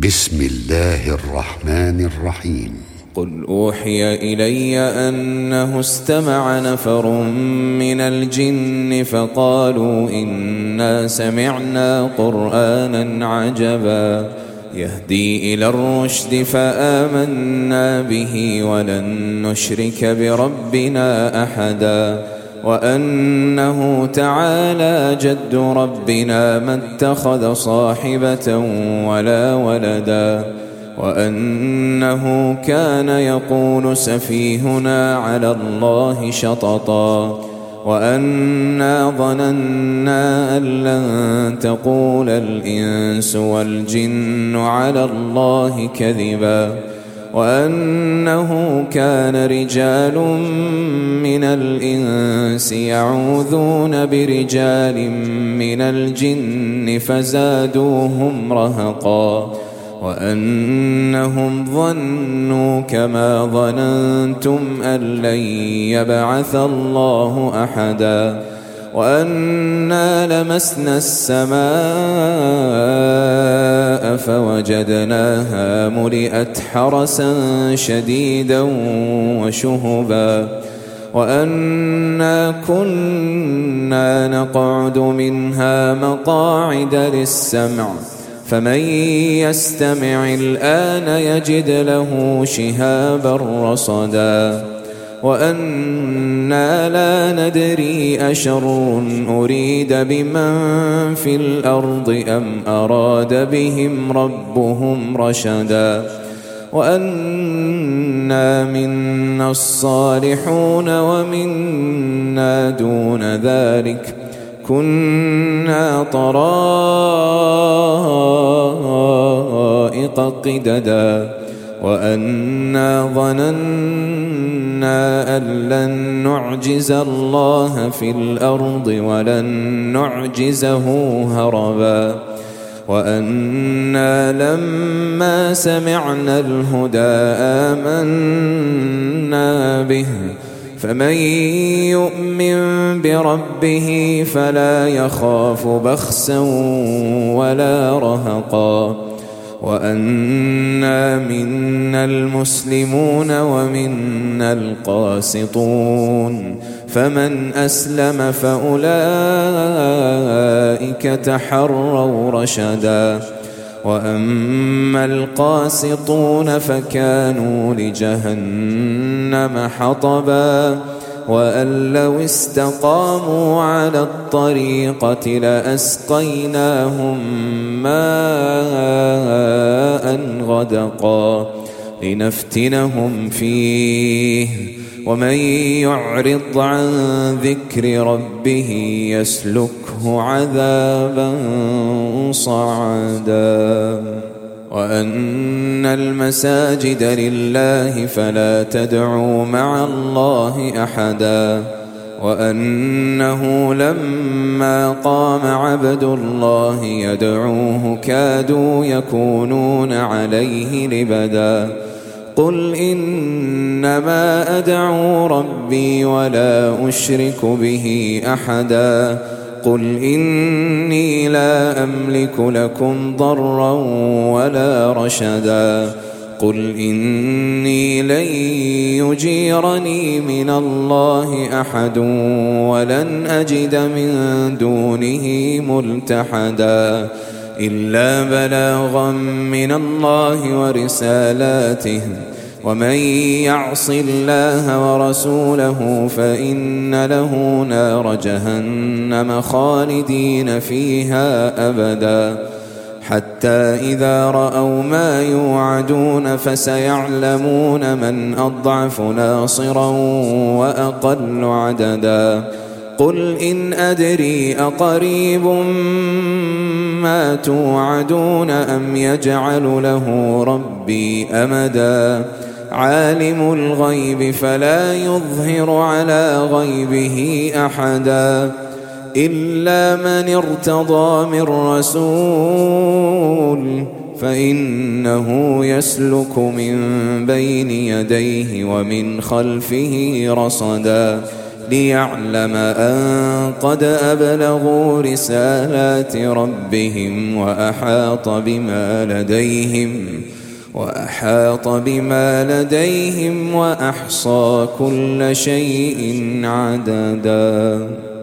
بسم الله الرحمن الرحيم. قل أوحي إلي أنه استمع نفر من الجن فقالوا إنا سمعنا قرآنا عجبا يهدي إلى الرشد فآمنا به ولن نشرك بربنا أحدا وأنه تعالى جد ربنا ما اتخذ صاحبة ولا ولدا وأنه كان يقول سفيهنا على الله شططا وأنا ظننا أن لن تقول الإنس والجن على الله كذبا وأنه كان رجال من الإنس يعوذون برجال من الجن فزادوهم رهقا وأنهم ظنوا كما ظننتم أن لن يبعث الله أحدا وأنا لمسنا السماء فوجدناها ملئت حرسا شديدا وشهبا وأنا كنا نقعد منها مقاعد للسمع فمن يستمع الآن يجد له شهابا رصدا وأنا لا ندري أشر أريد بمن في الأرض أم أراد بهم ربهم رشدا وأنا منا الصالحون ومنا دون ذلك كنا طرائق قددا وأنا ظننا أن لن نعجز الله في الأرض ولن نعجزه هربا وأنا لما سمعنا الهدى آمنا به فمن يؤمن بربه فلا يخاف بخسا ولا رهقا وأنا منا المسلمون ومنا القاسطون فمن أسلم فأولئك تحروا رشدا وأما القاسطون فكانوا لجهنم حطبا وأن لو استقاموا على الطريقة لأسقيناهم ماء غدقا لنفتنهم فيه ومن يعرض عن ذكر ربه يسلكه عذابا صعدا وأن المساجد لله فلا تدعوا مع الله أحدا وأنه لما قام عبد الله يدعوه كادوا يكونون عليه لبدا قل إنما أدعو ربي ولا أشرك به أحدا قل إني لا أملك لكم ضرا ولا رشدا قل إني لن يجيرني من الله أحد ولن أجد من دونه ملتحدا إلا بلاغا من الله ورسالاته ومن يعص الله ورسوله فإن له نار جهنم خالدين فيها أبدا حتى إذا رأوا ما يوعدون فسيعلمون من أضعف ناصرا وأقل عددا قل إن أدري أقريب ما توعدون أم يجعل له ربي أمدا عالم الغيب فلا يظهر على غيبه أحدا إلا من ارتضى من رسول فإنه يسلك من بين يديه ومن خلفه رصدا ليعلم أن قد أبلغوا رسالات ربهم وأحاط بما لديهم وأحصى كل شيء عددا.